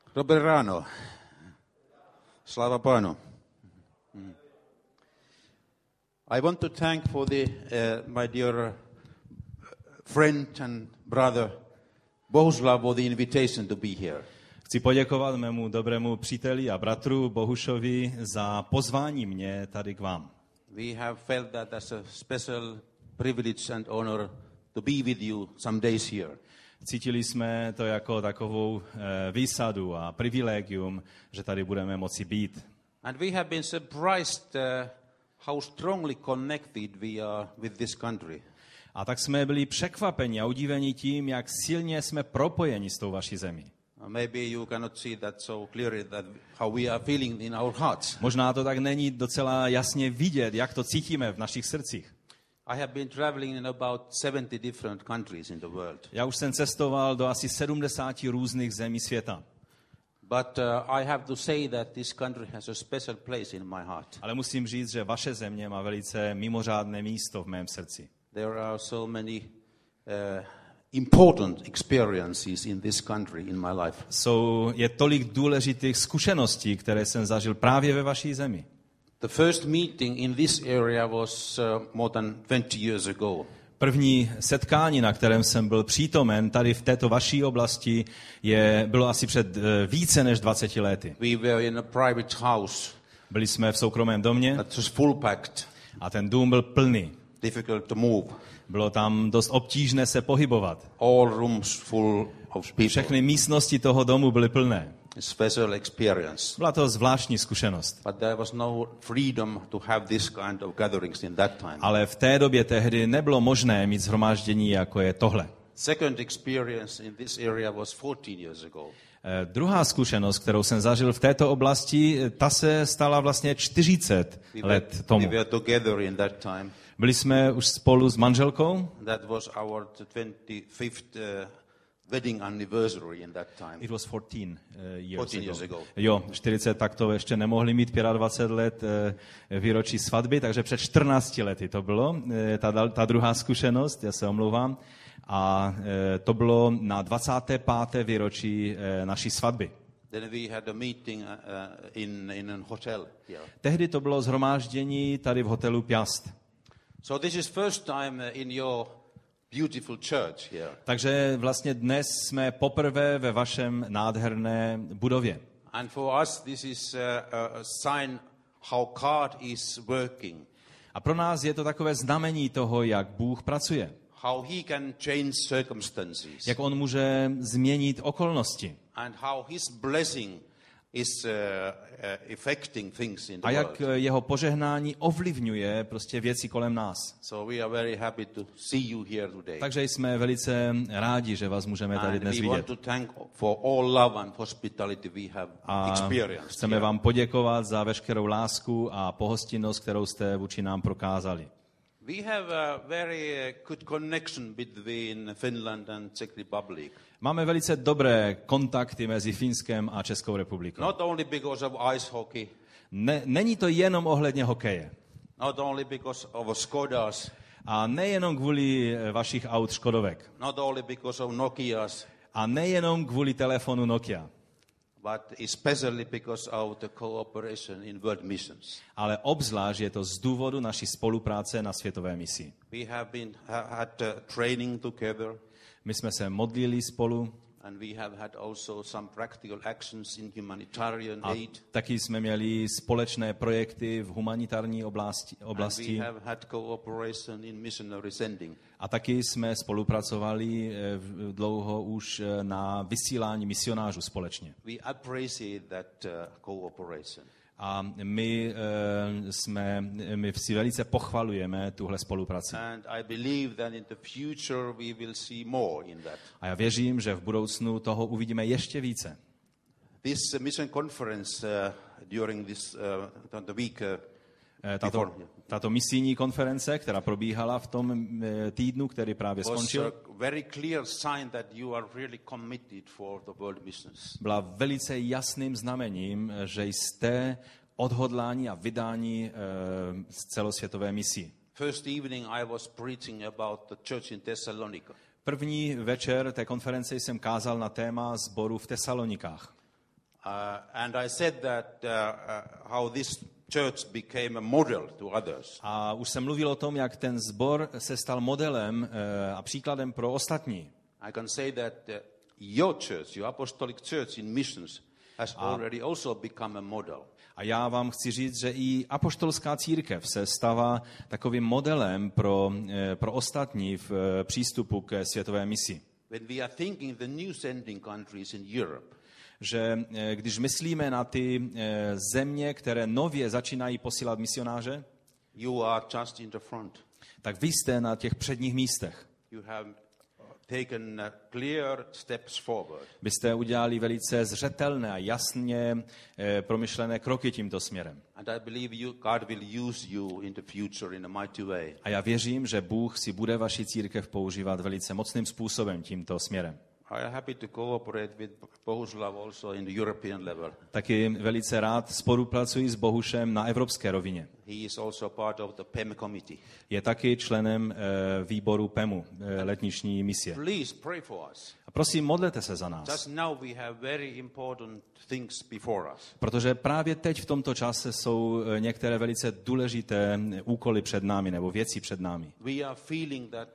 Dobré ráno. Slava Pánu. I want to thank for my dear friend and brother Bohuslav for the invitation to be here. Chci poděkovat mému dobrému příteli a bratru Bohušovi za pozvání mě tady k vám. We have felt that as a special privilege and honor to be with you some days here. Cítili jsme to jako takovou výsadu a privilegium, že tady budeme moci být. And we have been surprised how strongly connected we are with this country. A tak jsme byli překvapeni a udíveni tím, jak silně jsme propojeni s tou vaší zemí. Maybe you cannot see that so clearly that how we are feeling in our hearts. Možná to tak není docela jasně vidět, jak to cítíme v našich srdcích. I have been traveling in about 70 different countries in the world. Já už jsem cestoval do asi 70 různých zemí světa. But I have to say that this country has a special place in my heart. Ale musím říct, že vaše země má velice mimořádné místo v mém srdci. There are so many important experiences in this country in my life. Je tolik důležitých zkušeností, které jsem zažil právě ve vaší zemi. The first meeting in this area was more than 20 years ago. První setkání, na kterém jsem byl přítomen tady v této vaší oblasti, bylo asi před více než 20 lety. We were in a private house. Byli jsme v soukromém domě that was full packed. A ten dům byl plný. Difficult to move. Bylo tam dost obtížné se pohybovat. All rooms full of people. Všechny místnosti toho domu byly plné. Special experience. Byla to zvláštní zkušenost. But there was no freedom to have this kind of gatherings in that time. Ale v té době tehdy nebylo možné mít shromáždění, jako je tohle. Second experience in this area was 14 years ago. Druhá zkušenost, kterou jsem zažil v této oblasti, ta se stala vlastně 40 let tomu. We were together in that time. Byli jsme už spolu s manželkou. That was our 25th wedding anniversary in that time. It was 14 years ago. Jo, 40, tak to ještě nemohli mít 25 let výročí svatby, takže před 14 lety to bylo, ta druhá zkušenost, já se omlouvám. A to bylo na 25. výročí naší svatby. Then we had a meeting in a hotel here. Tehdy to bylo shromáždění tady v hotelu Piast. So this is first time in your beautiful church here. Takže vlastně dnes jsme poprvé ve vašem nádherné budově. And for us this is a sign how God is working. A pro nás je to takové znamení toho, jak Bůh pracuje. How he can change circumstances. Jak on může změnit okolnosti. And how his blessing is affecting things in the a jak world. jeho požehnání ovlivňuje prostě věci kolem nás. So we are very happy to see you here today. Takže jsme velice rádi, že vás můžeme tady dnes vidět. We want to thank for all love and hospitality we have experienced. Chceme vám poděkovat za veškerou lásku a pohostinnost, kterou jste vůči nám prokázali. We have a very good connection between Finland and Czech Republic. Máme velice dobré kontakty mezi Finskem a Českou republikou. Not only because of ice hockey. Není to jenom ohledně hokeje. Not only because of Skodas. A nejenom kvůli vašich aut Škodovek. Not only because of Nokias. A nejenom kvůli telefonu Nokia. But especially because of the cooperation in world missions. Ale obzvlášť je to z důvodu naší spolupráce na světové misi. We have had training together. My jsme se modlili spolu. And we have had also some practical actions in humanitarian aid. Taky jsme měli společné projekty v humanitární oblasti. And we have had cooperation in missionary sending. A taky jsme spolupracovali dlouho už na vysílání misionářů společně. We appreciate that cooperation. A my si velice pochvalujeme tuhle spolupráci. And I believe that in the future we will see more in that. A já věřím, že v budoucnu toho uvidíme ještě více. This mission conference during this the week tato misijní konference, která probíhala v tom týdnu, který právě skončil, byla velice jasným znamením, že jste odhodlání a vydání z celosvětové misi. První večer té konference jsem kázal na téma sboru v Tesalonikách. And I said that how this church became a model to others. A už jsem mluvil o tom, jak ten sbor se stal modelem a příkladem pro ostatní. I can say that your church, your apostolic church in missions, has already also become a model. A já vám chci říct, že i apoštolská církev se stává takovým modelem pro ostatní v přístupu ke světové misi. When we are thinking the new sending countries in Europe, Že když myslíme na ty země, které nově začínají posílat misionáře, you are just in the front. tak vy jste na těch předních místech. You have taken clear steps forward. Vy jste udělali velice zřetelné a jasně promyšlené kroky tímto směrem. And I believe God will use you in the future in a mighty way. A já věřím, že Bůh si bude vaši církev používat velice mocným způsobem tímto směrem. I am happy to cooperate with Bohuslav also in the European level. Taky velice rád spolupracuji s Bohušem na evropské rovině. He is also part of the PEM committee. Je taky členem výboru PEMu, letniční misie. Please pray for us. A prosím, modlete se za nás. Just now we have very important things before us. Protože právě teď v tomto čase jsou některé velice důležité úkoly před námi, nebo věci před námi. We are feeling that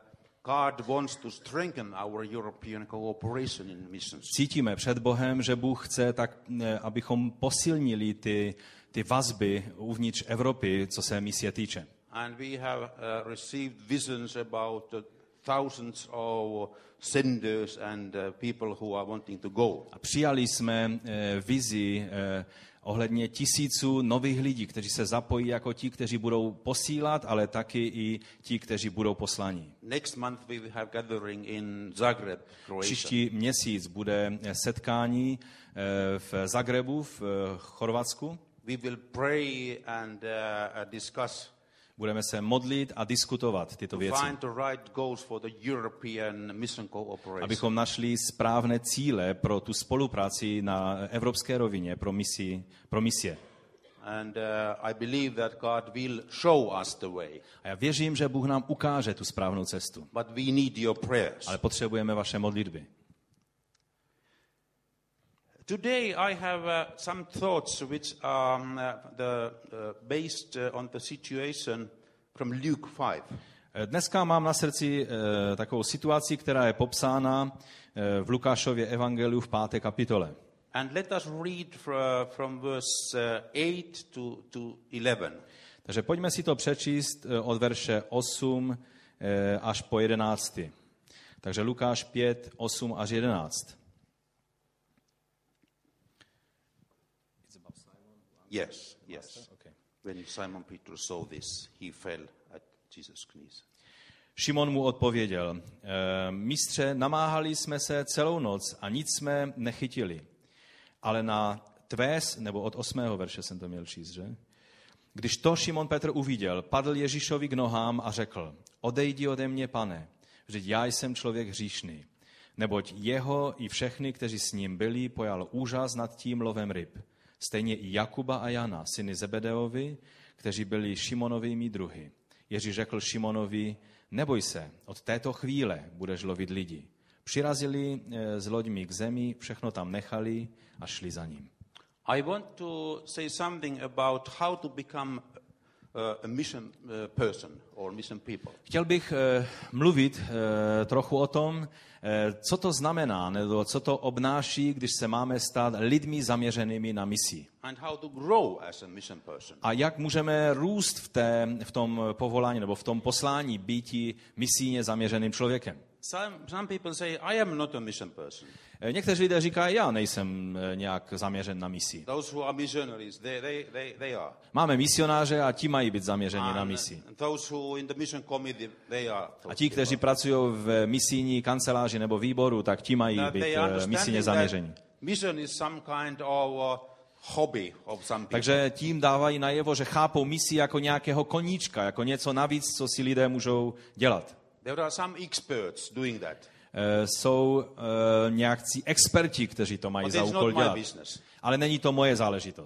God wants to strengthen our European cooperation in missions. Cítíme před Bohem, že Bůh chce tak, abychom posilnili ty vazby uvnitř Evropy, co se misie týče. And we have received visions about thousands of senders and people who are wanting to go. A přijali jsme vizi ohledně tisíců nových lidí, kteří se zapojí jako ti, kteří budou posílat, ale taky i ti, kteří budou posláni. Next month we will have gathering in Zagreb, Croatia. Příští měsíc bude setkání v Zagrebu v Chorvatsku. We will pray and discuss. Budeme se modlit a diskutovat tyto věci, Find the right goals for the European mission cooperation. abychom našli správné cíle pro tu spolupráci na evropské rovině pro misie. And I believe that God will show us the way. A já věřím, že Bůh nám ukáže tu správnou cestu. But we need your prayers. Ale potřebujeme vaše modlitby. Today I have some thoughts which are based on the situation from Luke 5. Dneska mám na srdci takovou situaci, která je popsána v Lukášově evangeliu v 5. kapitole. And let us read from verse 8 to 11. Takže pojďme si to přečíst od verše 8 až po 11. Takže Lukáš 5, 8 až 11. Yes, yes. Okay. When Simon Peter saw this, he fell at Jesus' knees. Šimon mu odpověděl, mistře, namáhali jsme se celou noc a nic jsme nechytili. Ale na nebo od 8. verše jsem to měl číst, že? Když to Šimon Petr uviděl, padl Ježíšovi k nohám a řekl, odejdi ode mě, pane, vždyť já jsem člověk hříšný. Neboť jeho i všechny, kteří s ním byli, pojal úžas nad tím lovem ryb. Stejně i Jakuba a Jana, syny Zebedeovi, kteří byli Šimonovými druhy. Ježíš řekl Šimonovi, neboj se, od této chvíle budeš lovit lidi. Přirazili s loďmi k zemi, všechno tam nechali a šli za ním. I want to say something about how to become a mission person or mission people. Chtěl bych mluvit trochu o tom, co to znamená, nebo co to obnáší, když se máme stát lidmi zaměřenými na misi. And how to grow as a mission person. A jak můžeme růst v tom povolání nebo v tom poslání býti misijně zaměřeným člověkem. Some people say, I am not a mission person. Někteří lidé říkají, já nejsem nějak zaměřen na misi. Those who are missionaries, they are. Máme misionáře a ti mají být zaměřeni na misi. And those who in the mission committee, they are. A ti, kteří pracují v misijní kanceláři nebo výboru, tak ti mají být misijně zaměření. Mission is some kind of hobby of some people. Takže tím dávají najevo, že chápou misi jako nějakého koníčka, jako něco navíc, co si lidé můžou dělat. There are some experts doing that. Jsou nějakí experti, kteří to mají za úkol dělat. Ale není to moje záležitost.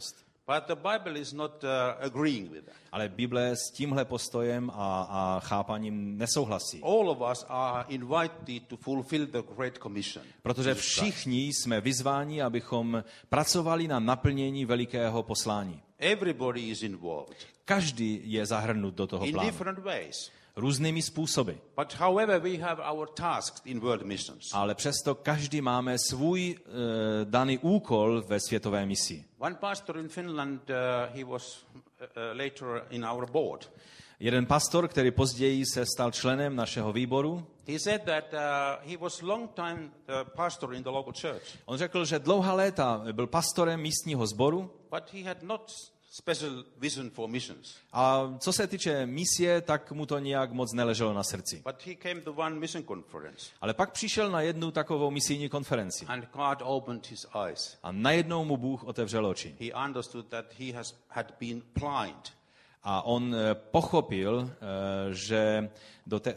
But the Bible is not agreeing with that. Ale Bible s tímhle postojem a chápaním nesouhlasí. All of us are invited to fulfill the Great Commission. Protože všichni jsme vyzváni, abychom pracovali na naplnění velikého poslání. Everybody is involved. Každý je zahrnut do toho In plánu. different ways. Různými způsoby. But however we have our tasks in world missions. Ale přesto každý máme svůj daný úkol ve světové misi. One pastor in Finland, he was later in our board. Jeden pastor, který později se stal členem našeho výboru, He said that he was long time pastor in the local church. on řekl, že dlouhá léta byl pastorem místního sboru, But he had not special vision for missions. a co se týče misie, tak mu to nějak moc neleželo na srdci. But he came to one mission conference. Ale pak přišel na jednu takovou misijní konferenci And God opened his eyes. a najednou mu Bůh otevřel oči. He understood that he had been blind. A on pochopil, že do té...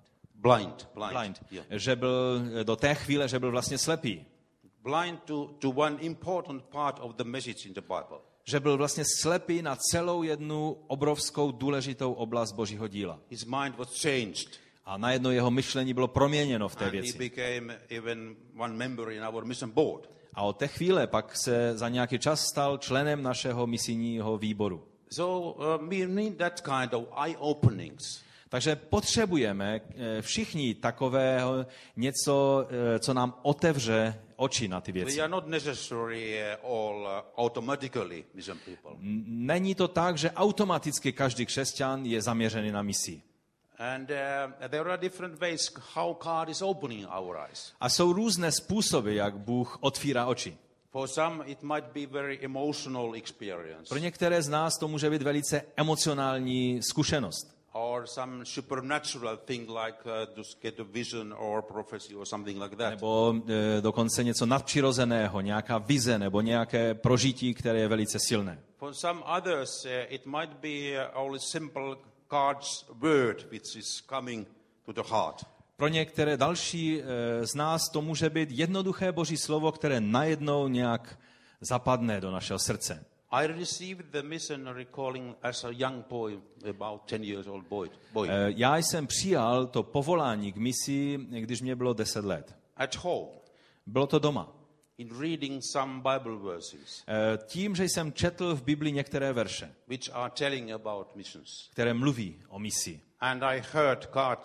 Blind. Yeah. Že byl do té chvíle, že byl vlastně slepý. Blind to one important part of the message in the Bible. Že byl vlastně slepý na celou jednu obrovskou důležitou oblast Božího díla. His mind was changed. A najednou jeho myšlení bylo proměněno v té And he věci. became even one member in our mission board. A od té chvíle pak se za nějaký čas stal členem našeho misijního výboru. So we need that kind of eye-openings. Takže potřebujeme všichni takového něco, co nám otevře oči na ty We věci. are not necessarily all automatically mission people. Není to tak, že automaticky každý křesťan je zaměřený na misi. And there are different ways how God is opening our eyes. A jsou různé způsoby, jak Bůh otvírá oči. For some it might be very emotional experience. Pro některé z nás to může být velice emocionální zkušenost. Or some supernatural thing like to get a vision or prophecy or something like that. Nebo dokonce něco nadpřirozeného, nějaká vize nebo nějaké prožití, které je velice silné. For some others it might be only simple God's word which is coming to the heart. Pro některé další z nás to může být jednoduché Boží slovo, které najednou nějak zapadne do našeho srdce. I received the missionary calling as a young boy, about 10 years old boy. Já jsem přijal to povolání k misi, když mě bylo 10 let. At home, Bylo to doma. in reading some Bible verses Tím, že jsem četl v Biblii některé verše, which are telling about missions. které mluví o misi. And I heard God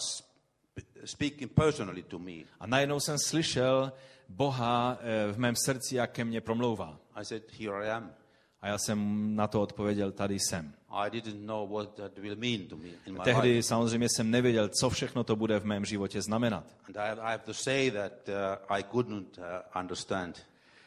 speaking personally to me. A najednou jsem slyšel Boha v mém srdci, jak ke mně promlouvá. I said, here I am. A já jsem na to odpověděl, tady jsem. I didn't know what that will mean to me in my Tehdy life. samozřejmě jsem nevěděl, co všechno to bude v mém životě znamenat. And I have to say that I couldn't understand.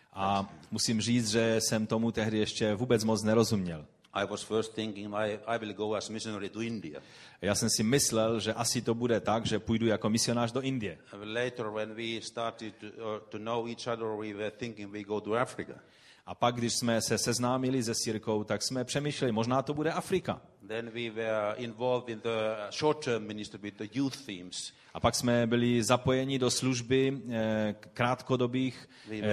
A musím říct, že jsem tomu tehdy ještě vůbec moc nerozuměl. I was first thinking I will go as missionary to India. Já jsem si myslel, že asi to bude tak, že půjdu jako misionář do Indie. Later, when we started to know each other, we were thinking we go to Africa. A pak, když jsme se seznámili se Sirkou, tak jsme přemýšleli, možná to bude Afrika. Then we were involved in the short-term ministry with the youth themes. A pak jsme byli zapojeni do služby krátkodobých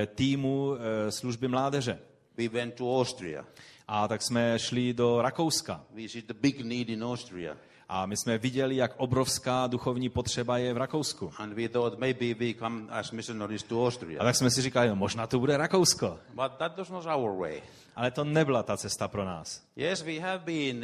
týmů služby mládeže. We went to Austria. A tak jsme šli do Rakouska. We see the big need in Austria. A my jsme viděli, jak obrovská duchovní potřeba je v Rakousku. And we thought maybe we come as missionaries to A Austria. tak jsme si říkali, no, možná to bude Rakousko. But that was not our way. Ale to nebyla ta cesta pro nás. Yes, I have been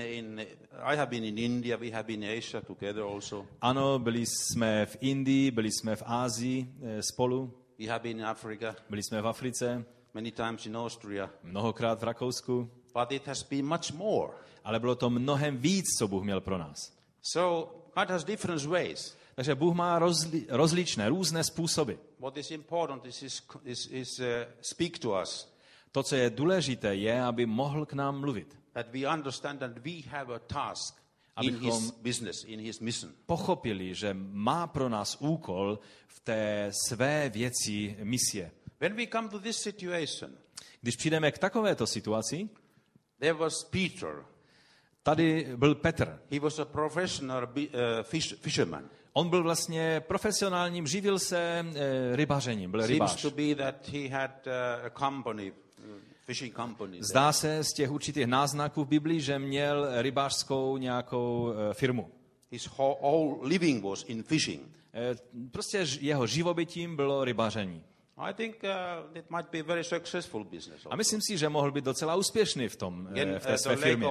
in India, we have been in Asia together also. Ano, byli jsme v Indii, byli jsme v Ázii spolu, We have been in Africa, byli jsme v Africe, many times in Austria. mnohokrát v Rakousku, But it has been much more. ale bylo to mnohem víc, co Bůh měl pro nás. So God has different ways. Takže Bůh má rozličné, různé způsoby. What is important is speak to us. To, co je důležité, je, aby mohl k nám mluvit. That we understand that we have a task in his business, in his mission. Pochopili, že má pro nás úkol v té své věci misie. When we come to this situation, Když přijdeme k takovéto situaci, there was Peter. tady byl Petr. He was a professional fisherman. On byl vlastně profesionálním, živil se rybařením, byl Seems rybář. to be that he had a company fishing company. Zdá se z těch určitých náznaků v Biblii, že měl rybářskou nějakou firmu. His whole living was in fishing. Prostě jeho živobytím bylo rybaření. I think it might be a very successful business. A myslím si, že mohl být docela úspěšný v té své firmě.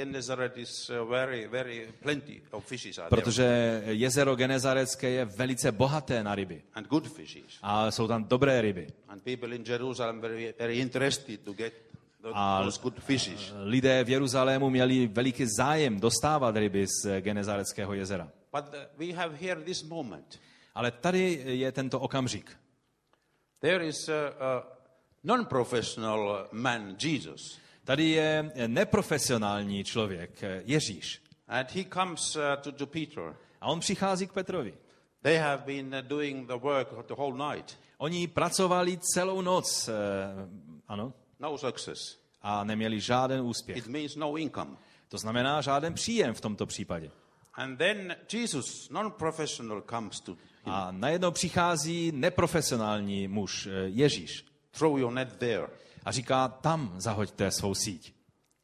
Protože jezero Genezarecké je velice bohaté na ryby. And good fishes. A jsou tam dobré ryby. And people in Jerusalem very interested to get those good fishes. Lidé v Jeruzalému měli veliký zájem dostávat ryby z Genezareckého jezera. But we have here this moment. Ale tady je tento okamžik. There is a non-professional man, Jesus. Tady je neprofesionální člověk, Ježíš. And he comes to Peter. A on přichází k Petrovi. They have been doing the work the whole night. Oni pracovali celou noc, ano. No success. A neměli žádný úspěch. It means no income. To znamená žádný příjem v tomto případě. And then Jesus, non-professional, comes to him. A najednou přichází neprofesionální muž, Ježíš. Throw your net there. A říká, tam zahoďte svou síť.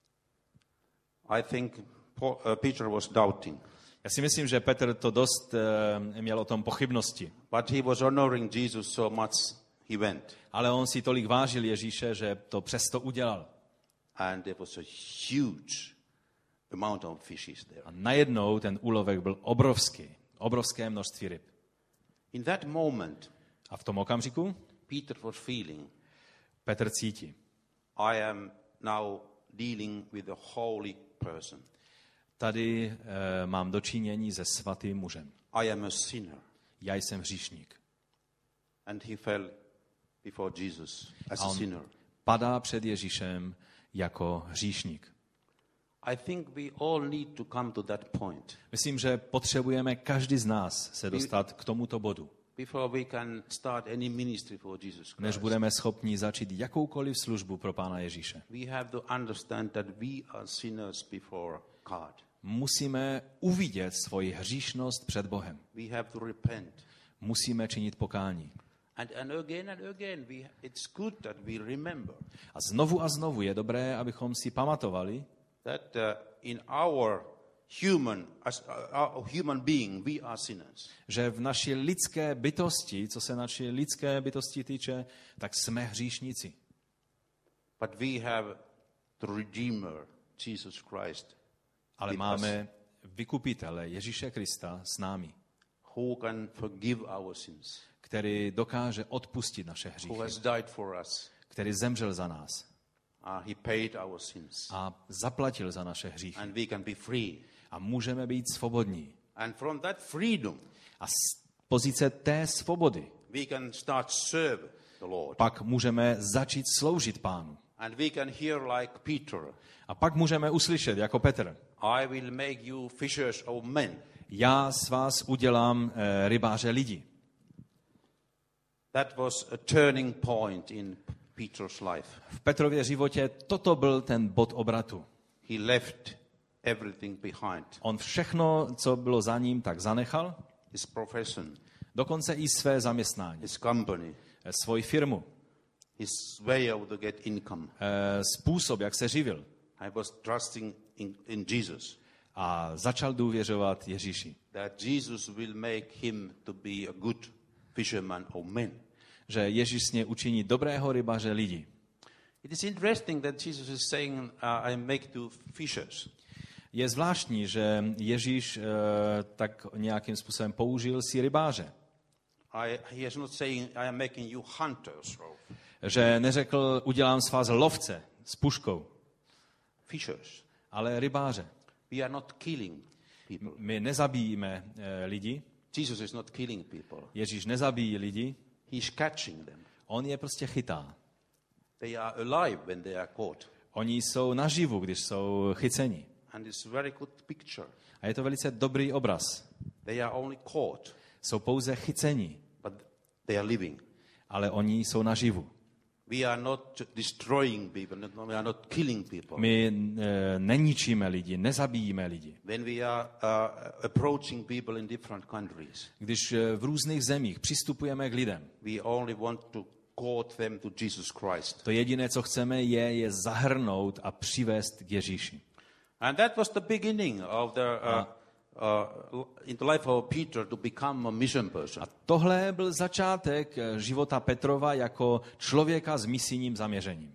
I think Peter was doubting. Já si myslím, že Petr to dost měl o tom pochybnosti. But he was honoring Jesus so much, he went. Ale on si tolik vážil Ježíše, že to přesto udělal. And there was a huge amount of fishes there. A najednou ten úlovek byl obrovský. Obrovské množství ryb. In that moment, a v tom okamžiku Peter was feeling, Petr cítí. I am now dealing with a holy person. Tady mám dočinění se svatým mužem. I am a sinner. Já jsem hříšník. And he fell before Jesus as a sinner. Padá před Ježíšem jako hříšník. I think we all need to come to that point. Myslím, že potřebujeme každý z nás se dostat k tomuto bodu. Before we can start any ministry for Jesus Christ. Než budeme schopni začít jakoukoliv službu pro Pána Ježíše. We have to understand that we are sinners before God. Musíme uvidět svoji hříšnost před Bohem. We have to repent. Musíme činit pokání. And again, it's good that we remember. A znovu je dobré, abychom si pamatovali, that in our human being we are sinners. Že v naší lidské bytosti, co se naší lidské bytosti týče, tak jsme hříšníci. But we have the Redeemer, Jesus Christ. Ale máme vykupitele Ježíše Krista s námi. Who can forgive our sins. Který dokáže odpustit naše hříchy. Who has died for us. Který zemřel za nás. He paid our sins. A zaplatil za naše hříchy. And we can be free. A můžeme být svobodní. And from that freedom, a z pozice té svobody, we can start serve the Lord. Pak můžeme začít sloužit Pánu. And we can hear like Peter. A pak můžeme uslyšet jako Petr. I will make you fishers of men. Já z vás udělám rybáře lidí. That was a turning point in Peter's life. V Petrově životě toto byl ten bod obratu. He left everything behind. On všechno, co bylo za ním, tak zanechal. His profession. Dokonce i své zaměstnání. His company. Svoji firmu. His way to get income. Způsob, jak se živil. I was trusting in Jesus. A začal důvěřovat Ježíši. That Jesus will make him to be a good fisherman of men. Že Ježíš z něj učiní dobrého rybaře lidí. It is interesting that Jesus is saying, I make you fishers. Je zvláštní, že Ježíš tak nějakým způsobem použil si rybáře. He is not saying, I am making you hunters. Že neřekl, udělám z vás lovce s puškou. Fishers. Ale rybáře. We are not killing people. My nezabíjíme lidi. Jesus is not killing people. Ježíš nezabíjí lidi. He is catching them. On je prostě chytá. They are alive when they are caught. Oni jsou naživu, když jsou chyceni. And it's a very good picture. A je to velice dobrý obraz. They are only caught. Jsou pouze chyceni. But they are living. Ale oni jsou naživu. We are not destroying people, we are not killing people. My neničíme lidi, nezabíjíme lidi. When we are approaching people in different countries, když v různých zemích přistupujeme k lidem, we only want to call them to Jesus Christ. To jediné, co chceme, je zahrnout a přivést k Ježíši. And that was the beginning of in the life of Peter to become a mission person. A tohle byl začátek života Petrova jako člověka s misijním zaměřením.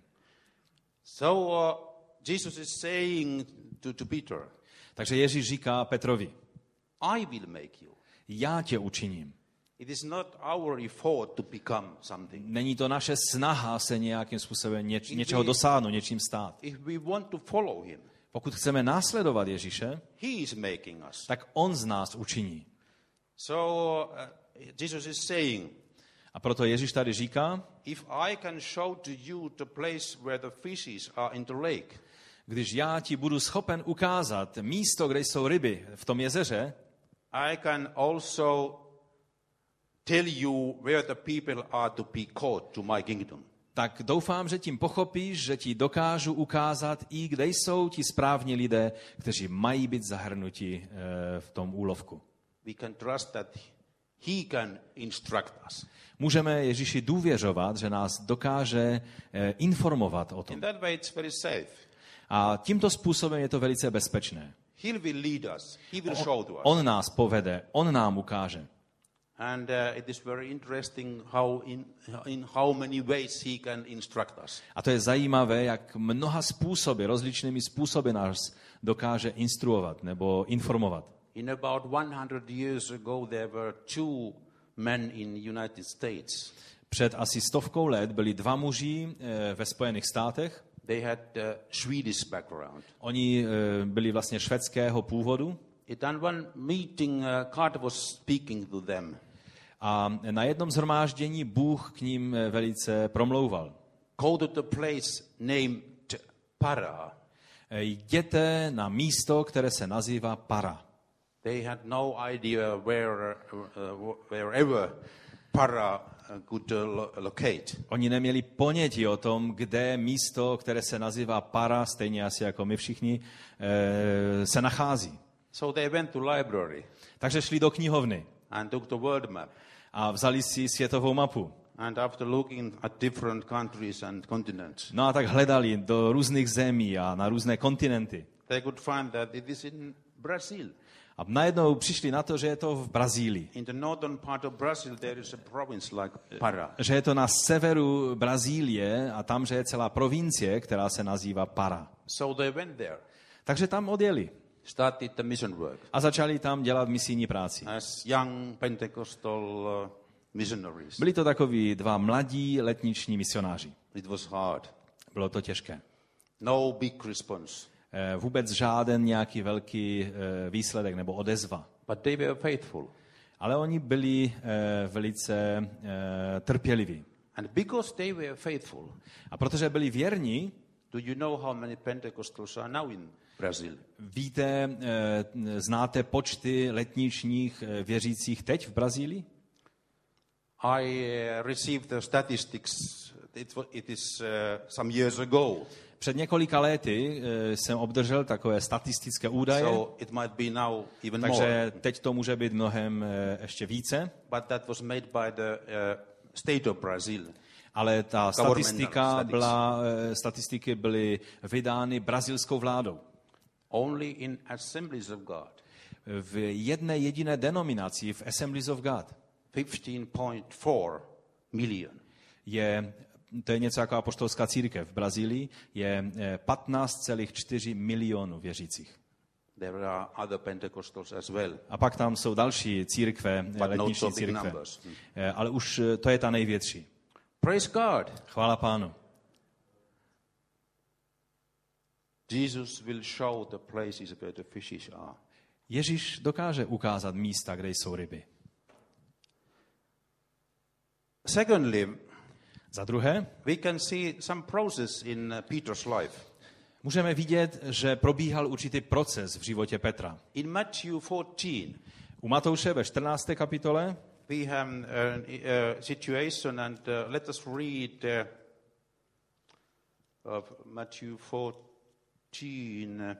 So Jesus is saying to Peter, Takže Ježíš říká Petrovi, I will make you. já tě učiním. It is not our effort to become something. Není to naše snaha se nějakým způsobem něčeho dosáhnout, něčím stát. If we want to follow him, Pokud chceme následovat Ježíše, he is making us. tak on z nás učiní. So Jesus is saying, A proto Ježíš tady říká, if I can show to you the place where the fishes are in the lake, když já ti budu schopen ukázat místo, kde jsou ryby v tom jezeře, I can also tell you where the people are to be called to my kingdom. tak doufám, že tím pochopíš, že ti dokážu ukázat i kde jsou ti správní lidé, kteří mají být zahrnuti v tom úlovku. We can trust that he can instruct us. Můžeme Ježíši důvěřovat, že nás dokáže informovat o tom. In that way it's very safe. A tímto způsobem je to velice bezpečné. He will lead us. He will show to us. On nás povede, on nám ukáže. And it is very interesting how in how many ways he can instruct us. A to je zajímavé, jak mnoha způsoby, rozličnými způsoby nás dokáže instruovat nebo informovat. In about 100 years ago there were two men in the United States. Před asi 100 let byli dva muži ve Spojených státech. They had Swedish background. Oni byli vlastně švédského původu. In one meeting, God was speaking to them. A na jednom shromáždění Bůh k ním velice promlouval. Go to the place named Para. Jděte na místo, které se nazývá Para. They had no idea wherever Para could locate. Oni neměli ponětí o tom, kde místo, které se nazývá Para, stejně asi jako my všichni, se nachází. So they went to library Takže šli do knihovny and took the world map. a vzali si světovou mapu. And after looking at different countries and continents, No a tak hledali do různých zemí a na různé kontinenty. they could find that it is in Brazil. A najednou přišli na to, že je to v Brazílii. In the northern part of Brazil, there is a province like Para. Že je to na severu Brazílie a tam, že je celá provincie, která se nazývá Para. So they went there, Takže tam odjeli started the mission work a začali tam dělat misijní práci. as young Pentecostal missionaries. Byli to takoví dva mladí letniční misionáři. It was hard. Bylo to těžké. No big response. Vůbec žáden nějaký velký výsledek nebo odezva. But they were faithful. Ale oni byli velice trpěliví. And because they were faithful, A protože byli věrní, do you know how many Pentecostals are now in Brazil? víte, znáte počty letničních věřících teď v Brazílii? I received the statistics. It is some years ago. Před několika lety jsem obdržel takové statistické údaje, So it might be now even takže more. teď to může být mnohem ještě více, But that was made by the state of Brazil. ale ta statistiky byly vydány brazilskou vládou. Only in Assemblies of God. V jedné jediné denominaci, v Assemblies of God, 15.4 million. To je něco jako apoštolská církev v Brazílii, je 15,4 milionů věřících. There are other Pentecostals as well. A pak tam jsou další církve, letniční církve. Ale už to je ta největší. Praise God. Chvála Pánu. Jesus will show the places where the fishes are. Ježíš dokáže ukázat místa, kde jsou ryby. Secondly, Za druhé, we can see some process in Peter's life. můžeme vidět, že probíhal určitý proces v životě Petra. In Matthew 14, U Matouše ve 14. kapitole we have a situation, and let us read Matthew 14,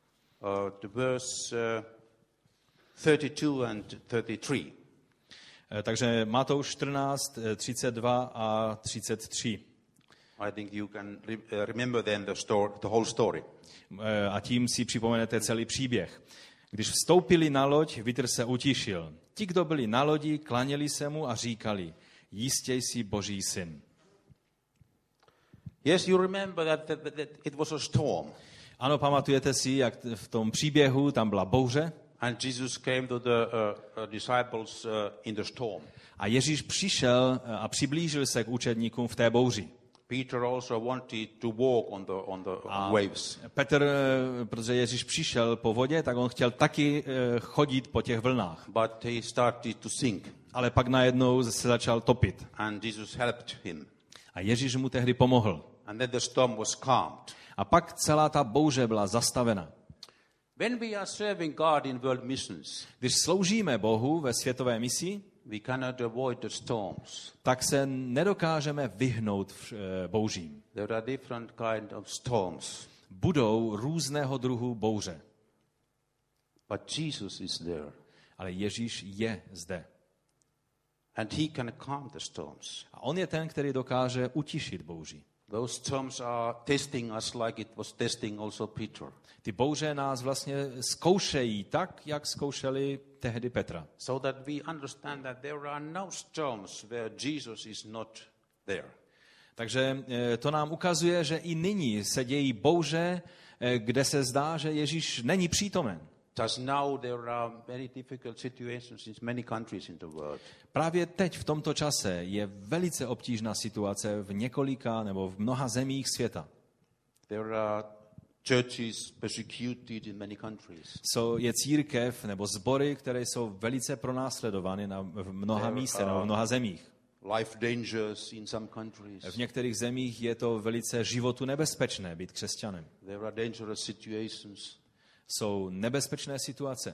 the verse 32 and 33. Takže Matouš 14, 32 a 33. I think you can remember then the whole story. A tím si připomenete celý příběh. Když vstoupili na loď, vítr se utišil. Ti, kdo byli na lodi, klaněli se mu a říkali, jistě jsi Boží syn. Yes, you remember that it was a storm. Ano, pamatujete si, jak v tom příběhu tam byla bouře And Jesus came to the disciples in the storm. a Ježíš přišel a přiblížil se k učedníkům v té bouři. Peter also wanted to walk on the waves. Petr, protože Ježíš přišel po vodě, tak on chtěl taky chodit po těch vlnách. But he started to sink. Ale pak najednou se začal topit. And Jesus helped him. A Ježíš mu tehdy pomohl. And then the storm was calmed. A pak celá ta bouře byla zastavena. When we are serving God in world missions, Když sloužíme Bohu ve světové misi, we cannot avoid the storms. tak se nedokážeme vyhnout bouřím. There are different kind of storms. Budou různého druhu bouře. But Jesus is there. Ale Ježíš je zde. And he can calm the storms. A on je ten, který dokáže utišit bouři. Those storms are testing us like it was testing also Peter. Ty bouře nás vlastně zkoušejí tak, jak zkoušeli tehdy Petra. So that we understand that there are no storms where Jesus is not there. Takže to nám ukazuje, že i nyní se dějí bouře, kde se zdá, že Ježíš není přítomen. Just now there are very difficult situations in many countries in the world. Právě teď v tomto čase je velice obtížná situace v několika nebo v mnoha zemích světa. There are churches persecuted in many countries. Je církev nebo sbory, které jsou velice pronásledovány v mnoha místech nebo v mnoha zemích. Life dangers in some countries. V některých zemích je to velice životu nebezpečné být křesťanem. There are dangerous situations. Jsou nebezpečné situace.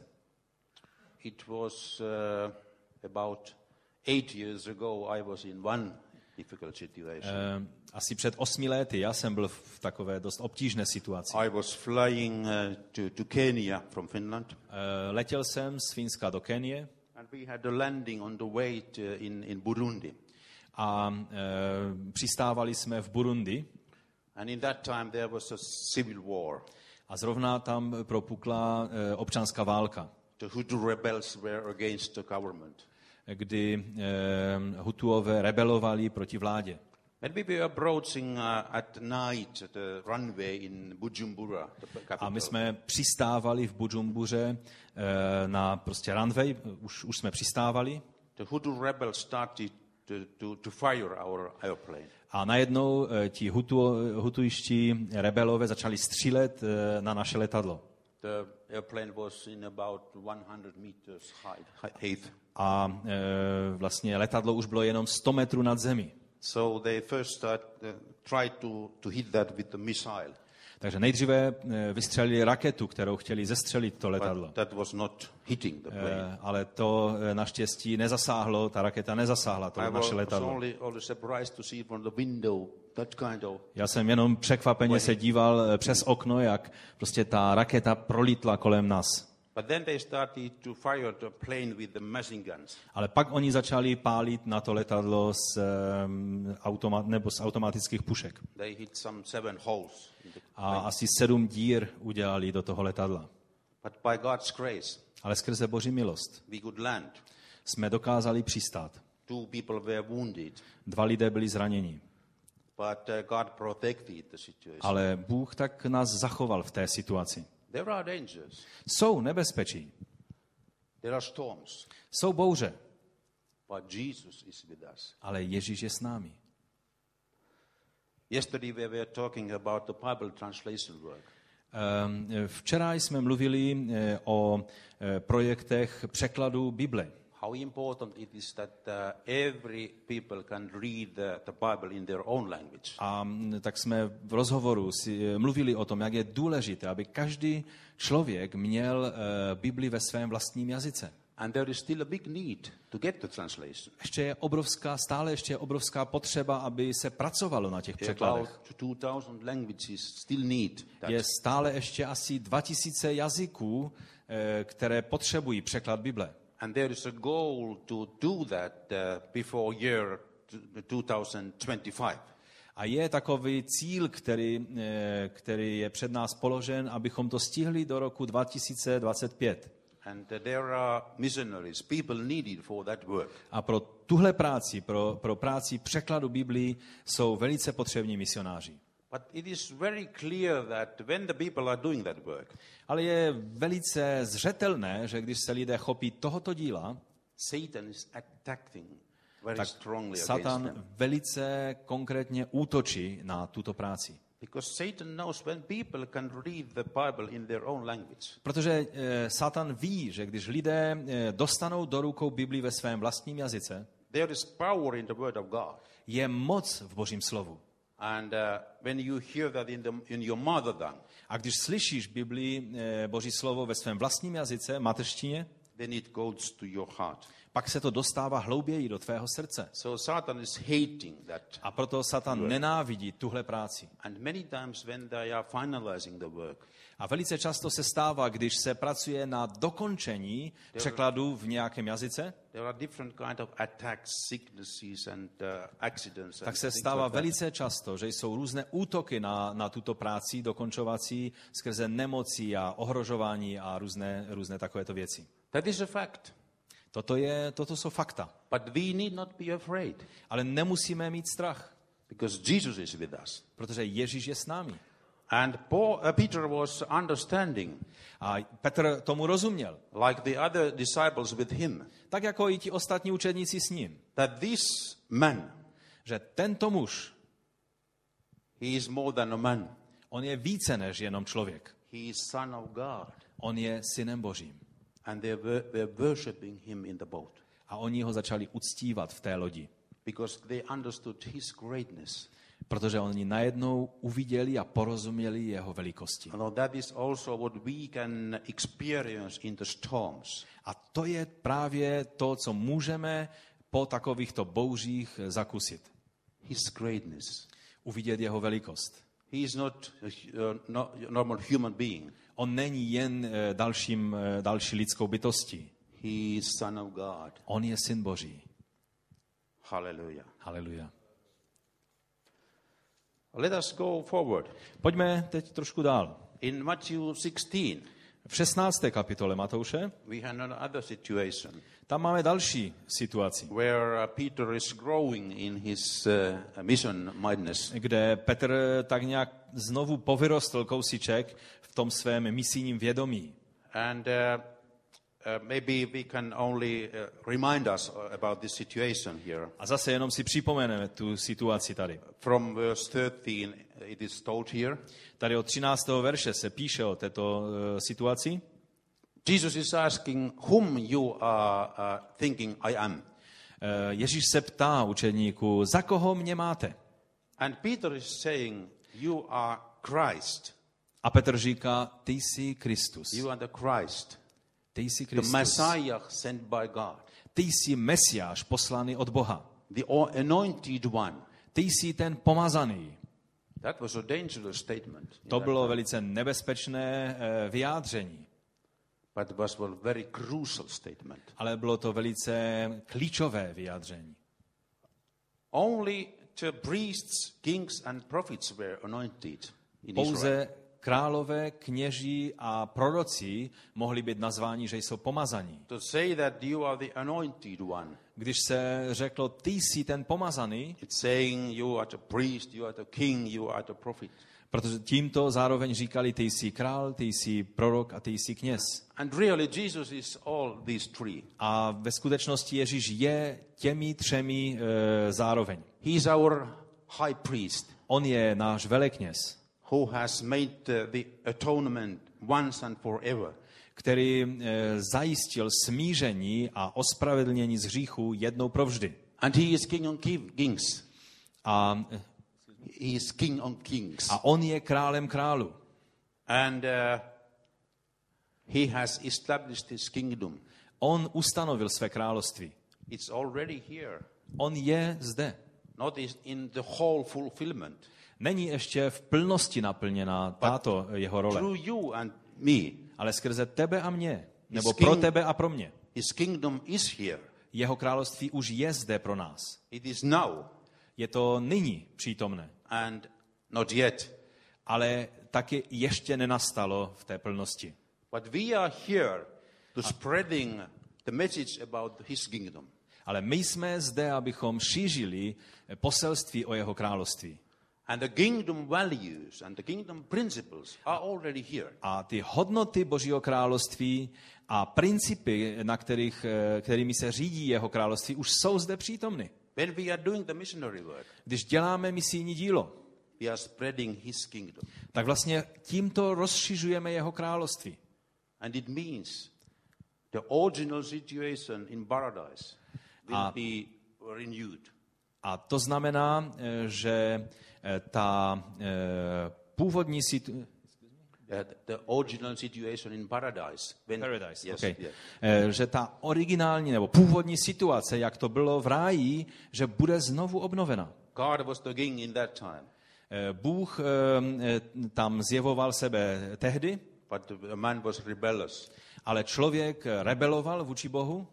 It was about 8 years ago I was in one difficult situation. Asi před 8 lety já jsem byl v takové dost obtížné situaci. I was flying to Kenya from Finland. Letěl jsem z Finska do Kenie. And we had a landing on the way in Burundi. A přistávali jsme v Burundi. And in that time there was a civil war. A zrovna tam propukla občanská válka. The Hutu rebels were against the government. Kdy Hutuové rebelovali proti vládě. When we were approaching at night the runway in Bujumbura, the capital. A my jsme přistávali v Bujumbuře na prostě runway, už jsme přistávali. The Hutu rebels started to fire our airplane. A najednou ti hutuiští rebelové začali střílet na naše letadlo. The airplane was in about 100 meters height. A vlastně letadlo už bylo jenom 100 metrů nad zemí. So they first tried to hit that with the missile. Takže nejdříve vystřelili raketu, kterou chtěli zestřelit to letadlo. But that was not hitting the plane. Ale to naštěstí nezasáhlo, ta raketa nezasáhla to naše letadlo. Já jsem jenom překvapeně se díval přes okno, jak prostě ta raketa prolítla kolem nás. Ale pak oni začali pálit na to letadlo z automatických pušek. A asi 7 dír udělali do toho letadla. Ale skrze Boží milost jsme dokázali přistát. 2 lidé byli zraněni. Ale Bůh tak nás zachoval v té situaci. Jsou nebezpečí. Jsou bouře. Ale Ježíš je s námi. Včera jsme mluvili o projektech překladu Bible. How important it is that every people can read the Bible in their own language. A tak jsme v rozhovoru mluvili o tom, jak je důležité, aby každý člověk měl Bibli ve svém vlastním jazyce. And there is still a big need to get the translation. Stále ještě je obrovská potřeba, aby se pracovalo na těch překladech. About 2000 languages still need that. Je stále ještě asi 2000 jazyků, které potřebují překlad Bible. And there is a goal to do that before year 2025. A je takový cíl, který je před nás položen, abychom to stihli do roku 2025. And there are missionaries, people needed for that work. A pro tuhle práci, pro práci překladu Biblii jsou velice potřební misionáři. But it is very clear that when the people are doing that work, Ale je velice zřetelné, že když se lidé chopí tohoto díla, Satan is attacking very tak strongly against Satan them. velice konkrétně útočí na tuto práci. Because Satan knows when people can read the Bible in their own language, Protože Satan ví, že když lidé dostanou do rukou Biblii ve svém vlastním jazyce, there is power in the word of God. je moc v Božím slovu. And when you hear that in your mother tongue, A když slyšíš Biblii, Boží slovo ve svém vlastním jazyce, mateřštině, then it goes to your heart. pak se to dostává hlouběji do tvého srdce. So Satan is hating that. A proto Satan nenávidí tuhle práci. And many times when they are finalizing the work, A velice často se stává, když se pracuje na dokončení překladu v nějakém jazyce, there are different kind of attacks, sicknesses and accidents. tak And se things stává like that. velice často, že jsou různé útoky na tuto práci dokončovací skrze nemoci a ohrožování a různé takovéto věci. That is a fact. Toto jsou fakta. But we need not be afraid Ale nemusíme mít strach, because Jesus is with us. protože Ježíš je s námi. And Peter was understanding, A Petr tomu rozuměl, like the other disciples with him, tak jako i ti ostatní učedníci s ním, that this man, že tento muž, he is more than a man. on je více než jenom člověk. He is Son of God. On je synem Božím. And they were worshipping him in the boat A oni ho začali uctívat v té lodi, because they understood his greatness. protože oni najednou uviděli a porozuměli jeho velikosti. And that is also what we can experience in the storms. A to je právě to, co můžeme po takovýchto bouřích zakusit. His greatness. Uvidět jeho velikost. He is not a normal human being. On není jen další lidskou bytostí. He is Son of God. On je syn Boží. Hallelujah. Haleluja. Let us go forward. Pojďme teď trošku dál. In Matthew 16, V 16. kapitole Matouše, we have another situation tam máme další situaci, where Peter is growing in his mission mindedness. kde Petr tak nějak znovu povyrostl kousíček v tom svém misijním vědomí. And maybe we can only remind us about this situation here. A zase jenom si připomeneme tu situaci tady. From verse 13, it is told here. Tady od 13. verše se píše o této situaci. Jesus is asking whom you are thinking I am. Ježíš se ptá učedníků, za koho mě máte? And Peter is saying, you are Christ. A Petr říká, ty jsi Kristus. You are the Christ. Ty jsi The Kristus. Messiah sent by God. Ty jsi Mesiáš poslaný od Boha. The anointed one. Ty jsi ten pomazaný. That was a dangerous statement. To bylo velice nebezpečné vyjádření, But it was a very crucial statement. ale bylo to velice klíčové vyjádření. Only the priests, kings and prophets were anointed in Israel. Pouze králové, kněží a proroci mohli být nazváni, že jsou pomazaní. To say that you are the anointed one, Když se řeklo, ty jsi ten pomazaný, it's saying you are the priest, you are the king, you are the prophet. protože tímto zároveň říkali, ty jsi král, ty jsi prorok a ty jsi kněz. And really Jesus is all these three. A ve skutečnosti Ježíš je těmi třemi zároveň. He is our high priest On je náš velekněz, who has made the atonement once and forever. který zajistil smíření a ospravedlnění z hříchu jednou provždy. And he is king on kings. A He is king on kings. on je králem králu. And he has established his kingdom. On ustanovil své království. It's already here. On je zde. Not in the whole fulfillment. Není ještě v plnosti naplněná tato jeho role, Through you and me. ale skrze tebe a mě, nebo king- pro tebe a pro mě. His kingdom is here. Jeho království už je zde pro nás. It is now Je to nyní přítomné, and not yet. ale taky ještě nenastalo v té plnosti. But we are here to spreading the message about his kingdom. Ale my jsme zde, abychom šířili poselství o jeho království. And the kingdom values and the kingdom principles are already here. A ty hodnoty Božího království a principy, kterými se řídí jeho království, už jsou zde přítomny. When we are doing the missionary work, Když děláme misijní dílo, we are spreading his kingdom. tak vlastně tímto rozšiřujeme jeho království. And it means the original situation in paradise will be renewed. A to znamená, že ta původní situace, The original situation in paradise. Yes, okay. yes. Že ta originální nebo původní situace, jak to bylo v ráji, že bude znovu obnovena. God was the king in that time. Bůh tam zjevoval sebe tehdy, But the man was rebellious. ale člověk rebeloval vůči Bohu.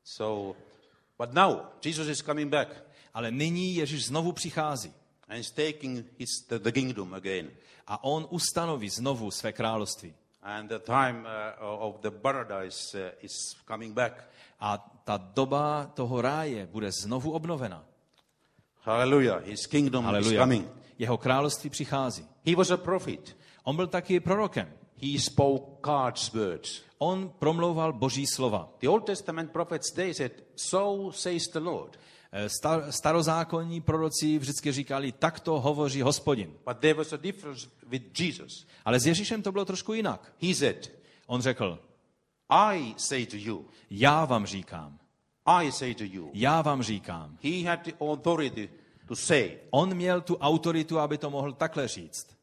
But now Jesus is coming back. Ale nyní Ježíš znovu přichází. And is taking the kingdom again. A on ustanoví znovu své království. And the time of the paradise is coming back. A ta doba toho ráje bude znovu obnovena. Hallelujah. His kingdom is coming. Jeho království přichází. He was a prophet. On byl taky prorokem. He spoke God's words. On promlouval Boží slova. The Old Testament prophets, they said, so says the Lord. Starozákonní proroci vždycky říkali, takto hovoří Hospodin. But there was a difference with Jesus. Ale s Ježíšem to bylo trošku jinak. He said, On řekl, I say to you. já vám říkám. I say to you. Já vám říkám. He had the authority to say. On měl tu autoritu, aby to mohl takhle říct.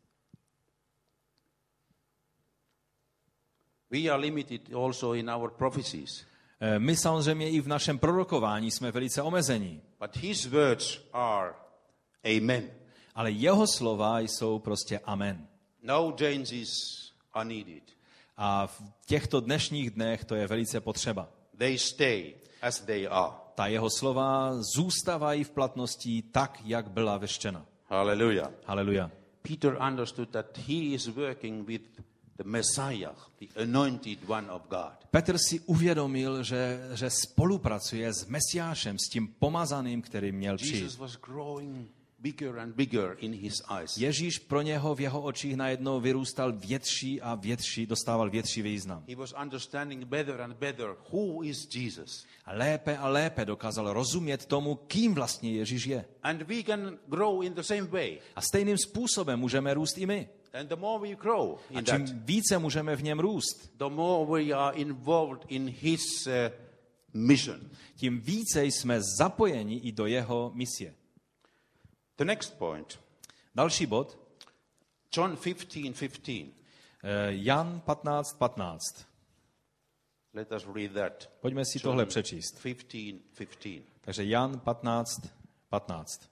We are limited also in our prophecies. My samozřejmě i v našem prorokování jsme velice omezení. But his words are amen. Ale jeho slova jsou prostě amen. No changes are needed. A v těchto dnešních dnech to je velice potřeba. They stay as they are. Ta jeho slova zůstávají v platnosti tak, jak byla vyřčena. Hallelujah. Haleluja. Peter understood that he is working with the Messiah, the anointed one of God. Petr si uvědomil, že spolupracuje s Mesiášem, s tím pomazaným, který měl přijít. Jesus was growing bigger and bigger in his eyes. Ježíš pro něho v jeho očích najednou vyrůstal větší a větší, dostával větší význam. He was understanding better and better who is Jesus. A lépe dokázal rozumět tomu, kým vlastně Ježíš je. And we can grow in the same way. A stejným způsobem můžeme růst i my. And the more we grow A in čím that, více můžeme v něm růst, the more we are involved in his mission. tím více jsme zapojeni i do jeho misie. The next point, Další bod, John 15:15. Jan 15:15. Let us read that. Pojďme si tohle přečíst. 15:15. Takže Jan 15:15.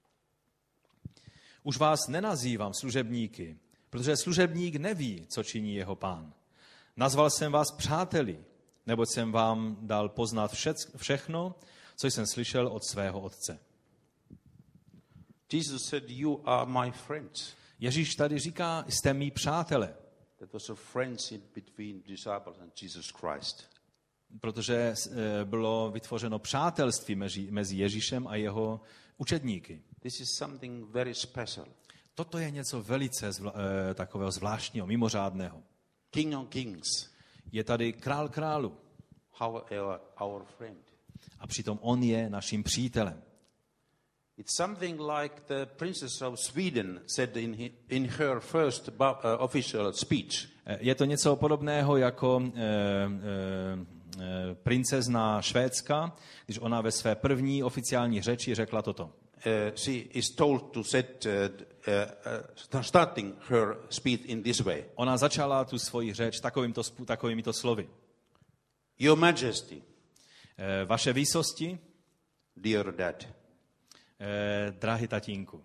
Už vás nenazývám služebníky, protože služebník neví, co činí jeho pán. Nazval jsem vás přáteli, neboť jsem vám dal poznat všechno, co jsem slyšel od svého otce. Jesus said, you are my friends. Ježíš tady říká, jste mý přátelé, That was a friendship between disciples and Jesus Christ. protože bylo vytvořeno přátelství mezi Ježíšem a jeho učedníky. This is something very special. Toto je něco velice takového zvláštního, mimořádného. King of kings. Je tady král králu Our friend. a přitom on je naším přítelem. It's something like the Princess of Sweden said in her first official speech. Je to něco podobného jako princezna Švédska, když ona ve své první oficiální řeči řekla toto. She is told to starting her speech in this way. Ona začala tu svoji řeč takovýmito slovy. Your Majesty, Vaše výsosti, dear Dad, drahý tatínku.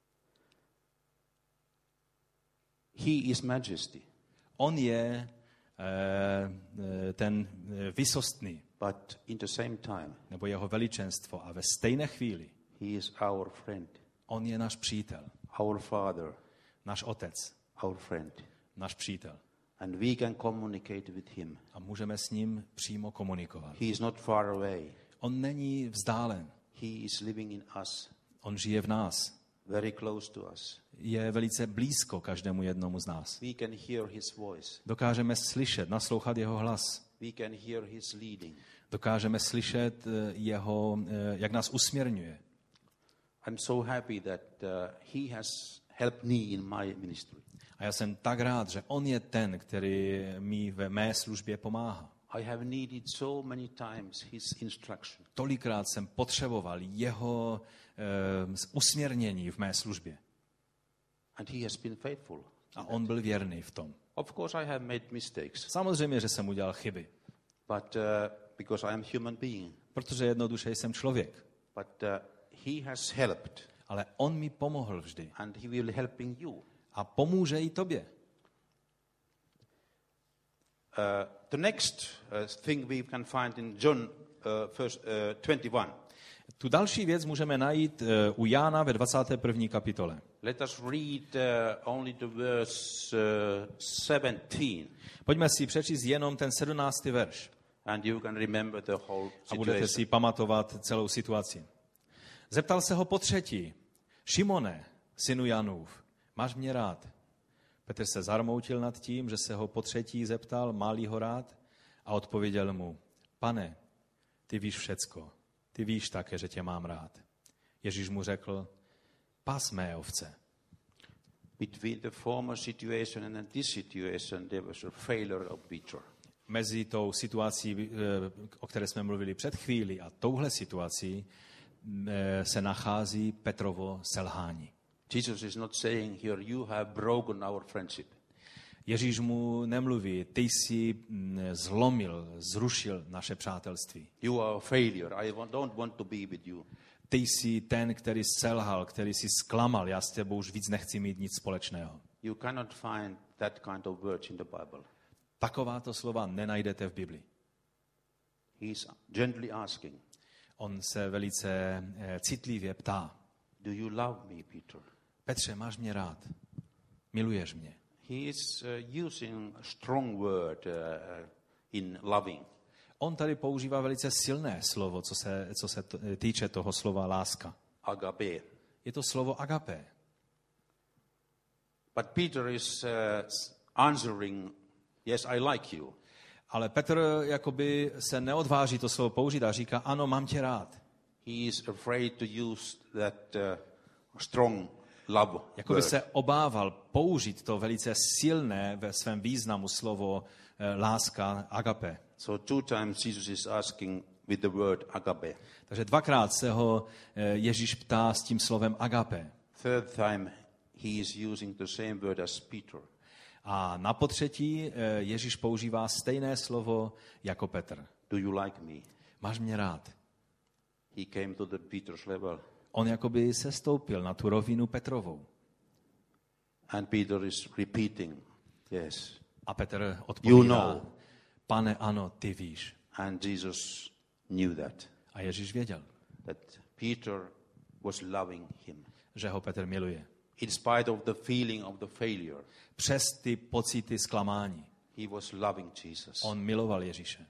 He is Majesty. On je ten vysostný, but in the same time, nebo jeho veličenstvo. A ve stejné chvíli he is our friend, on je náš přítel, our father, náš otec, our friend. náš přítel. And we can communicate with him. A můžeme s ním přímo komunikovat. He is not far away. On není vzdálen. He is living in us, On žije v nás. very close to us. Je velice blízko každému jednomu z nás. We can hear his voice. Dokážeme slyšet, naslouchat jeho hlas. We can hear his leading. Dokážeme slyšet jeho, jak nás usměrňuje. I'm so happy that he has helped me in my ministry. A já jsem tak rád, že on je ten, který mi ve mé službě pomáhá. I have needed so many times his instruction. Tolikrát jsem potřeboval jeho usměrnění v mé službě. And he has been faithful. A on byl věrný v tom. Of course I have made mistakes, Samozřejmě, že jsem udělal chyby, but because I am human being. protože jednoduše jsem člověk. But he has helped, Ale on mi pomohl vždy. and he will helping you. A pomůže i tobě. The next thing we can find in John 21. Tu další věc můžeme najít u Jána ve 21. kapitole. Let us read only the verse 17, Pojďme si přečíst jenom ten 17. verš and you can remember the whole a budete situation. si pamatovat celou situaci. Zeptal se ho potřetí: Šimone, synu Janův, máš mě rád? Petr se zarmoutil nad tím, že se ho potřetí zeptal, má-li ho rád, a odpověděl mu: Pane, ty víš všecko, ty víš také, že tě mám rád. Ježíš mu řekl: Pas mé ovce. Between the former situation and this situation, there was a failure of Peter. Mezi tou situací, o které jsme mluvili před chvílí, a touhle situací se nachází Petrovo selhání. Jesus is not saying here, you have broken our friendship. Ježíš mu nemluví: Ty jsi zlomil, zrušil naše přátelství. You are a failure. Don't want to be with you. Ty jsi ten, který selhal, který jsi zklamal. Já s tebou už víc nechci mít nic společného. You cannot find that kind of words in the Bible. Takováto slova nenajdete v Biblii. He is gently asking, On se velice citlivě ptá: do you love me, Peter? Petře, máš mě rád? Miluješ mě? He is using a strong word in loving. On tady používá velice silné slovo, co se týče toho slova láska. Agape. Je to slovo agapé. But Peter is answering, yes, I like you. Ale Petr jakoby se neodváží to slovo použít a říká: ano, mám tě rád. He is afraid to use that strong love Jakoby word. se obával použít to velice silné ve svém významu slovo láska, agape. So 2 times Jesus is asking with the word agape. Takže dvakrát se ho Ježíš ptá s tím slovem agape. 3rd time he is using the same word as Peter. A na potřetí Ježíš používá stejné slovo jako Petr. Do you like me? Máš mě rád? He came to the Peter's level. On jakoby sestoupil na tu rovinu Petrovou. And Peter is repeating, yes. A Petr odpovídá: You know. Pane, ano, ty víš. And Jesus knew that A Ježíš věděl, Peter was loving him. že ho Petr miluje. In spite of the feeling of the failure, Přes ty pocity zklamání he was loving Jesus. on miloval Ježíše.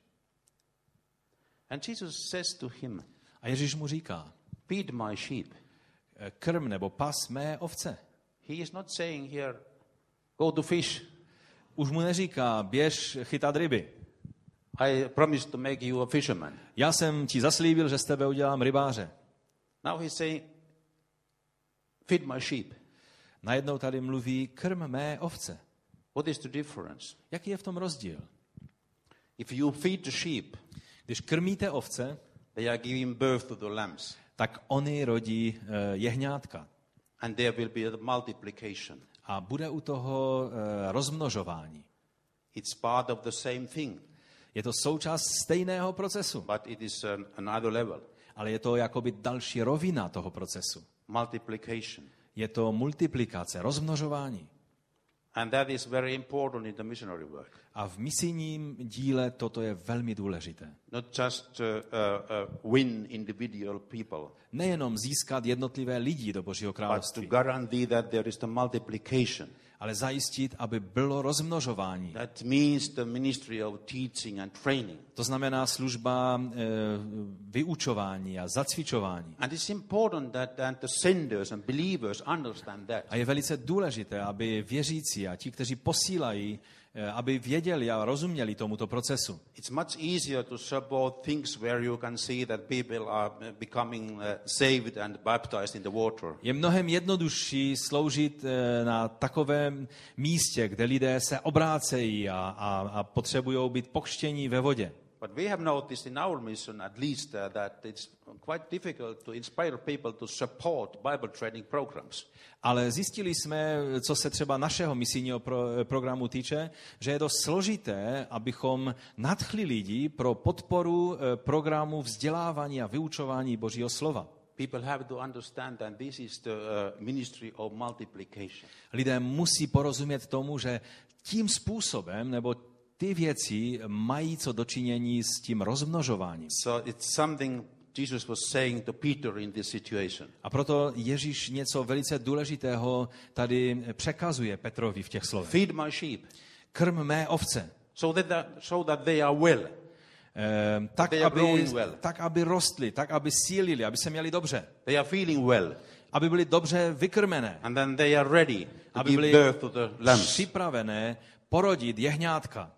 And Jesus says to him, A Ježíš mu říká: feed my sheep. krm nebo pas mé ovce. He is not saying here, go to fish. Už mu neříká: běž chytat ryby. I promised to make you a fisherman. Já jsem ti zaslíbil, že z tebe udělám rybáře. Now he's saying, feed my sheep. Najednou tady mluví: krm mé ovce. What is the difference? Jaký je v tom rozdíl? If you feed the sheep, Když krmíte ovce, they are giving birth to the lambs. tak oni rodí jehňátka. And there will be a multiplication. A bude u toho rozmnožování. It's part of the same thing, Je to součást stejného procesu, but it is another level. ale je to jakoby další rovina toho procesu. Multiplication. Je to multiplikace, rozmnožování. And that is very important in the missionary work. A v misijním díle toto je velmi důležité. Not just win individual people, Nejenom získat jednotlivé lidi do Božího but to království, guarantee that there is the multiplication. ale zajistit, aby bylo rozmnožování. That means the ministry of teaching and training. To znamená služba vyučování a zacvičování. And it's important that the senders and believers understand that. A je velice důležité, aby věřící a ti, kteří posílají, aby věděli a rozuměli tomuto procesu. It's much easier to support things where you can see that people are becoming saved and baptized in the water. Je mnohem jednodušší sloužit na takovém místě, kde lidé se obrácejí a potřebují být pokřtění ve vodě. But we have noticed in our mission at least that it's quite difficult to inspire people to support Bible training programs. Ale zjistili jsme, co se třeba našeho misijního programu týče, že je dost složité, abychom nadchli lidi pro podporu programu vzdělávání a vyučování Božího slova. People have to understand that this is the ministry of multiplication. Lidé musí porozumět tomu, že tím způsobem nebo ty věci mají co dočinění s tím rozmnožováním. So it's something Jesus was saying to Peter in this situation. A proto Ježíš něco velice důležitého tady překazuje Petrovi v těch slovech. Feed my sheep. Krm mé ovce. So that they are well. Tak, aby rostly, tak, aby sílili, aby se měli dobře. They are feeling well. Aby byli dobře vykrmené. And then they are ready to Aby give byli birth to the lambs. připravené porodit jehňátka.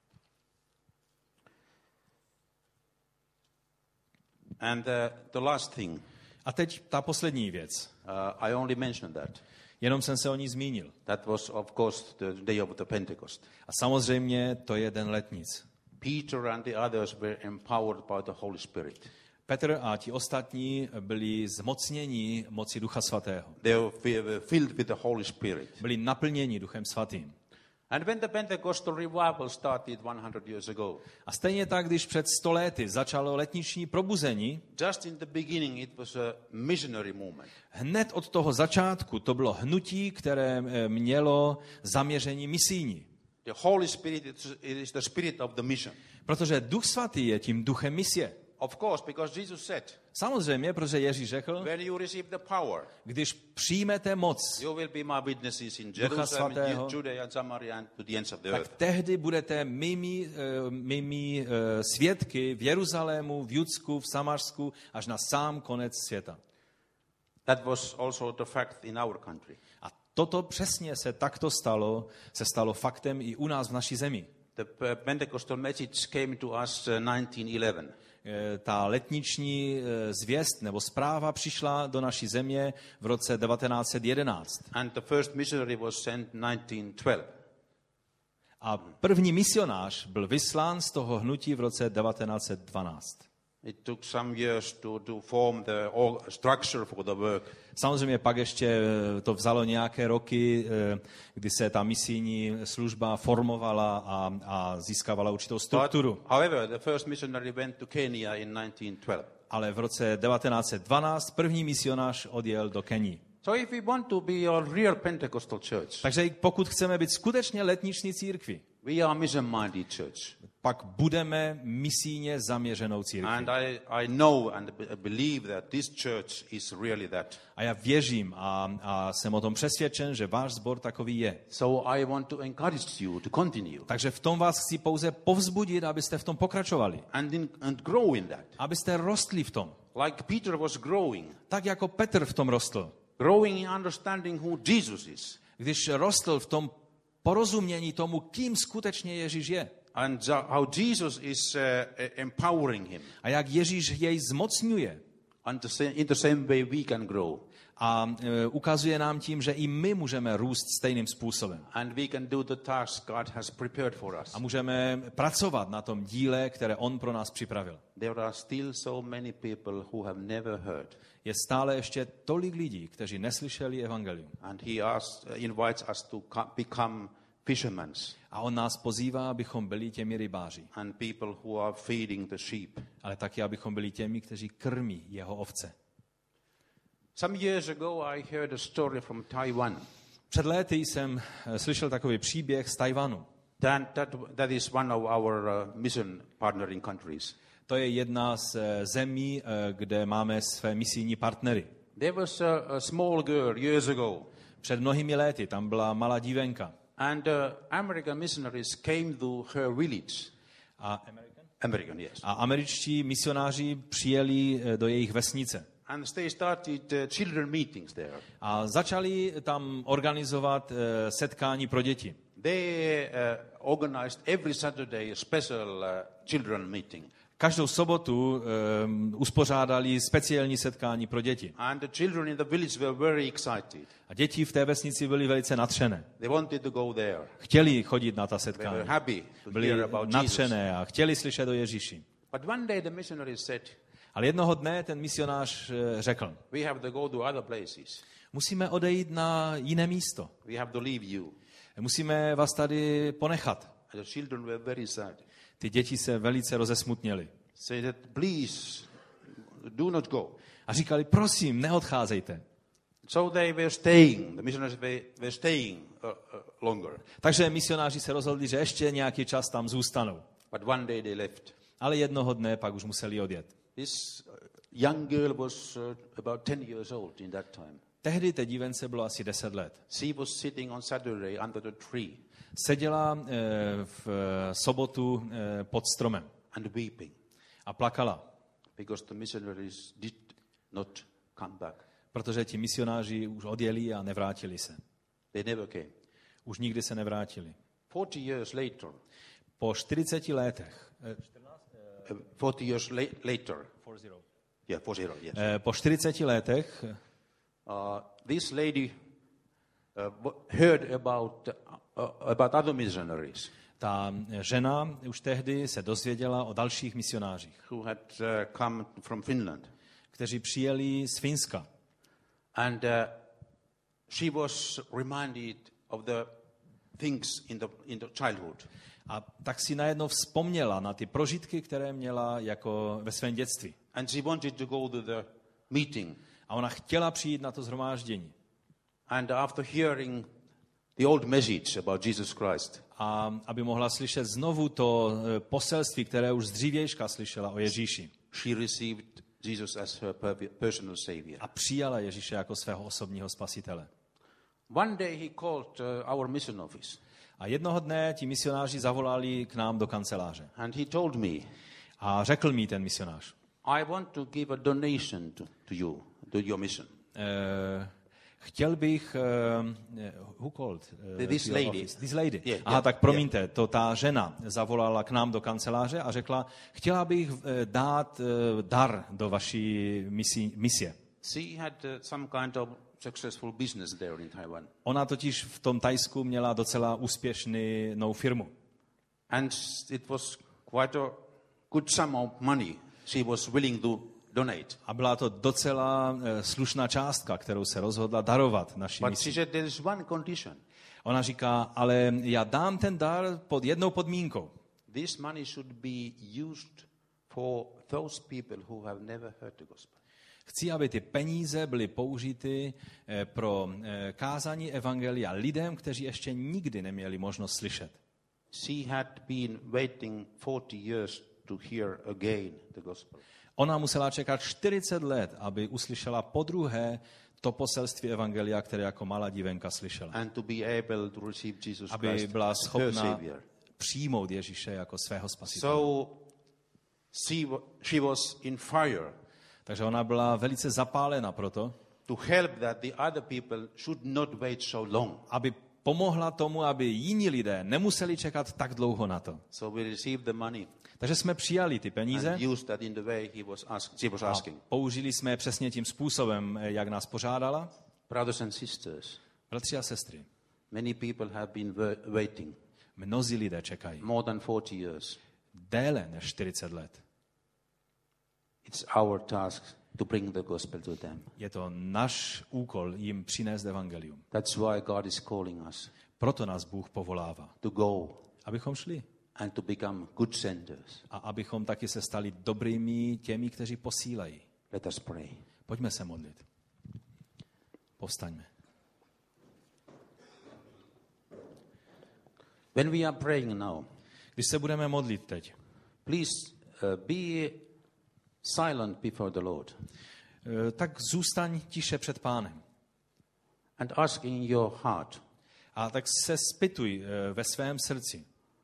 And the last thing, A teď ta poslední věc. I only mentioned that. Jenom jsem se o ní zmínil. That was, of course, the day of the Pentecost. A samozřejmě to je den letnic. Peter and the others were empowered by the Holy Spirit. Petr a ti ostatní byli zmocněni moci Ducha Svatého. They were filled with the Holy Spirit. Byli naplněni Duchem Svatým. And when the Pentecostal revival started 100 years ago, A stejně tak, když před 100 lety začalo letniční probuzení, just in the beginning it was a missionary movement. hned od toho začátku to bylo hnutí, které mělo zaměření misijní. The Holy Spirit is the spirit of the mission. Protože Duch Svatý je tím duchem misie. Of course, because Jesus said, Samozřejmě, protože Ježíš řekl, when you receive the power, když přijmete moc, you will be my witnesses in Ducha Jerusalem, Svatého, Judea and Samaria and to the ends of the tak earth. tehdy budete mými svědky v Jeruzalému, v Judsku, v Samařsku, až na sám konec světa. That was also the fact in our country. A toto přesně se stalo faktem i u nás v naší zemi. The Pentecostal message came to us 1911. Ta letniční zvěst nebo zpráva přišla do naší země v roce 1911. And the first missionary was sent 1912. A první misionář byl vyslán z toho hnutí v roce 1912. It took some years to form the structure for the work. Samozřejmě pak ještě to vzalo nějaké roky, kdy se ta misijní služba formovala a získávala určitou strukturu. But, however, the first missionary went to Kenya in 1912. Ale v roce 1912 první misionář odjel do Keni. So if we want to be a real Pentecostal church, Takže pokud chceme být skutečně letniční církví, we are mission-minded church. pak budeme misijně zaměřenou církví. And I know and believe that this church is really that. A já věřím a jsem o tom přesvědčen, že váš sbor takový je. So I want to encourage you to continue Takže v tom vás chci pouze povzbudit, abyste v tom pokračovali. and grow in that. Abyste rostli v tom. Like Peter was growing. Tak jako Petr v tom rostl. Growing in understanding who Jesus is. Když rostl v tom porozumění tomu, kým skutečně Ježíš je. And how Jesus is empowering him. A jak Ježíš jej zmocňuje. And in the same way we can grow. A ukazuje nám tím, že i my můžeme růst stejným způsobem. And we can do the task God has prepared for us. A můžeme pracovat na tom díle, které on pro nás připravil. There are still so many people who have never heard. Je stále ještě tolik lidí, kteří neslyšeli evangelium. And he invites us to become fishermen. A on nás pozývá, abychom byli těmi rybáři. And people who are feeding the sheep. Ale taky, abychom byli těmi, kteří krmí jeho ovce. Some years ago I heard a story from Taiwan. Před léty jsem slyšel takový příběh z Tajvanu. That is one of our mission partnering countries. To je jedna z zemí, kde máme své misijní partnery. There was a small girl years ago. Před mnohými léty tam byla malá dívenka. And American missionaries came to her village. American, yes. A američtí misionáři přijeli do jejich vesnice. And they started children meetings there. A začali tam organizovat setkání pro děti. They organized every Saturday a special children meeting. Každou sobotu uspořádali speciální setkání pro děti. And the children in the village were very excited. A děti v té vesnici byly velice nadšené. They wanted to go there. Chtěli chodit na ta They setkání. were happy to Byli hear about Jesus. nadšené a chtěli slyšet o Ježíši. But one day the missionary said, Ale jednoho dne ten misionář řekl, we have to go to other places. musíme odejít na jiné místo. We have to leave you. Musíme vás tady ponechat. And the children were very sad. Ty děti se velice rozesmutněly. Say that, please, do not go. A říkali, prosím, neodcházejte. So they were staying. The missionaries were staying longer. Takže misionáři se rozhodli, že ještě nějaký čas tam zůstanou. But one day they left. Ale jednoho dne pak už museli odjet. This young girl was about 10 years old in that time. Tehdy té dívence bylo asi 10 let. She was sitting on Saturday under the tree Seděla v sobotu pod stromem and weeping a plakala, because the missionaries did not come back. protože ti misionáři už odjeli a nevrátili se. They never came. Už nikdy se nevrátili. 40 years later, Po 40 letech, 40 years later, 40, yes. Po 40 letech This lady heard about other missionaries ta žena už tehdy se dozvěděla o dalších misionářích, who had come from Finland. kteří přijeli z Finska. And she was reminded of the things in the childhood. A tak si najednou vzpomněla na ty prožitky, které měla jako ve svém dětství. And she wanted to go to the meeting. A ona chtěla přijít na to shromáždění. And after hearing the old message about Jesus Christ, A aby mohla slyšet znovu to poselství, které už z dřívějška slyšela o Ježíši. she received Jesus as her personal savior. A přijala Ježíše jako svého osobního spasitele. One day he called our mission office. A jednoho dne ti misionáři zavolali k nám do kanceláře. And he told me, A řekl mi ten misionář, I want to give a donation to you, to your mission. chtěl bych, who called? This to your lady. office? This lady. Yeah, Aha, yeah, tak promiňte, to ta žena zavolala k nám do kanceláře a řekla, chtěla bych dát dar do vaší misie. She had some kind of successful business there in Taiwan. Ona totiž v tom Thajsku měla docela úspěšnou firmu. And it was quite a good sum of money she was willing to donate. A byla to docela slušná částka, kterou se rozhodla darovat naší But she misi. said there is one condition. Ona říká, ale já dám ten dar pod jednou podmínkou. This money should be used for those people who have never heard the gospel. Chci, aby ty peníze byly použity pro kázání evangelia lidem, kteří ještě nikdy neměli možnost slyšet. She had been waiting 40 years to hear again the gospel. Ona musela čekat 40 let, aby uslyšela podruhé to poselství evangelia, které jako malá dívenka slyšela. And to be able to receive Jesus Aby Christ byla as her schopna savior. přijmout Ježíše jako svého spasitele. So she was in fire Takže ona byla velice zapálena proto, to help that the other people should not wait so long. aby pomohla tomu, aby jiní lidé nemuseli čekat tak dlouho na to. So we received the money Takže jsme přijali ty peníze and used that in the way she was a asking. použili jsme je přesně tím způsobem, jak nás požádala. Brothers and sisters, Bratři a sestry, many people have been waiting mnozí lidé čekají more than 40 years. déle než 40 let. It's our task to bring the gospel to them. Je to náš úkol jim přinést evangelium. That's why God is calling us Proto nás Bůh povolává, to go abychom šli and to become good senders. a abychom taky se stali dobrými těmi, kteří posílají. Let us pray. Pojďme se modlit. Povstaňme. When we are praying now, Když se budeme modlit teď, please be silent before the Lord tak zůstaň tiše před Pánem. and ask in your heart, A tak se zpytuj ve svém srdci.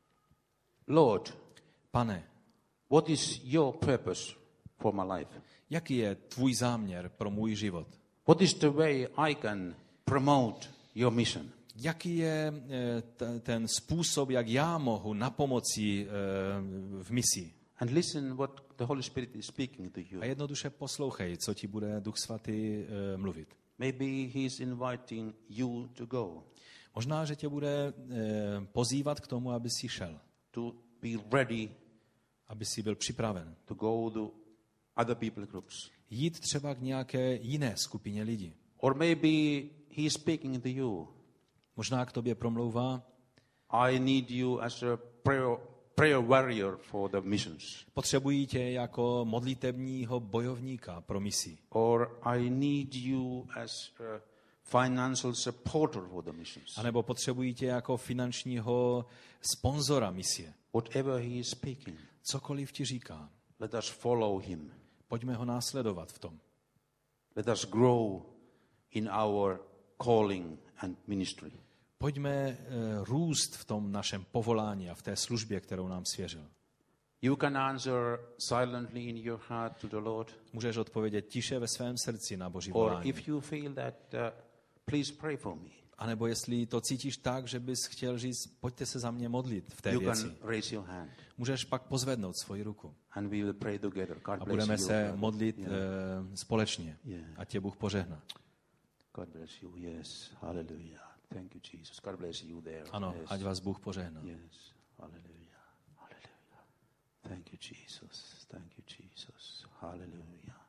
Lord, Pane, what is your purpose for my life? jaký je tvůj záměr pro můj život? What is the way I can promote your mission? Jaký je ten způsob, jak já mohu napomoci v misi? And listen what the Holy Spirit is speaking to you. A jednoduše poslouchej, co ti bude Duch Svatý mluvit. Maybe he is inviting you to go, Možná, že tě bude pozývat k tomu, aby si šel, to be ready aby si byl připraven. to go to other people groups. Jít třeba k nějaké jiné skupině lidí. Or maybe he is speaking to you. Možná k tobě promlouvá, I need you as a prayer warrior for the missions. potřebují tě jako modlitebního bojovníka pro misi. Or I need you as a financial supporter for the missions. A nebo potřebují tě jako finančního sponzora misie. Whatever he is speaking, Cokoliv ti říká, let us follow him. pojďme ho následovat v tom. Let us grow in our calling and ministry. Pojďme růst v tom našem povolání a v té službě, kterou nám svěřil. You can answer silently in your heart to the Lord. Můžeš odpovědět tiše ve svém srdci na Boží Or volání. if you feel that, please pray for me. A nebo jestli to cítíš tak, že bys chtěl říct, pojďte se za mě modlit v té You věci. can raise your hand Můžeš pak pozvednout svoji ruku and we will pray together. God a bless budeme you. se modlit společně. Yeah. A tě Bůh požehná. God bless you. Yes. Hallelujah. Thank you, Jesus. God bless you there. Ano, Yes. ať vás Bůh požehná. Yes. Hallelujah. Hallelujah. Thank you, Jesus. Thank you, Jesus. Hallelujah.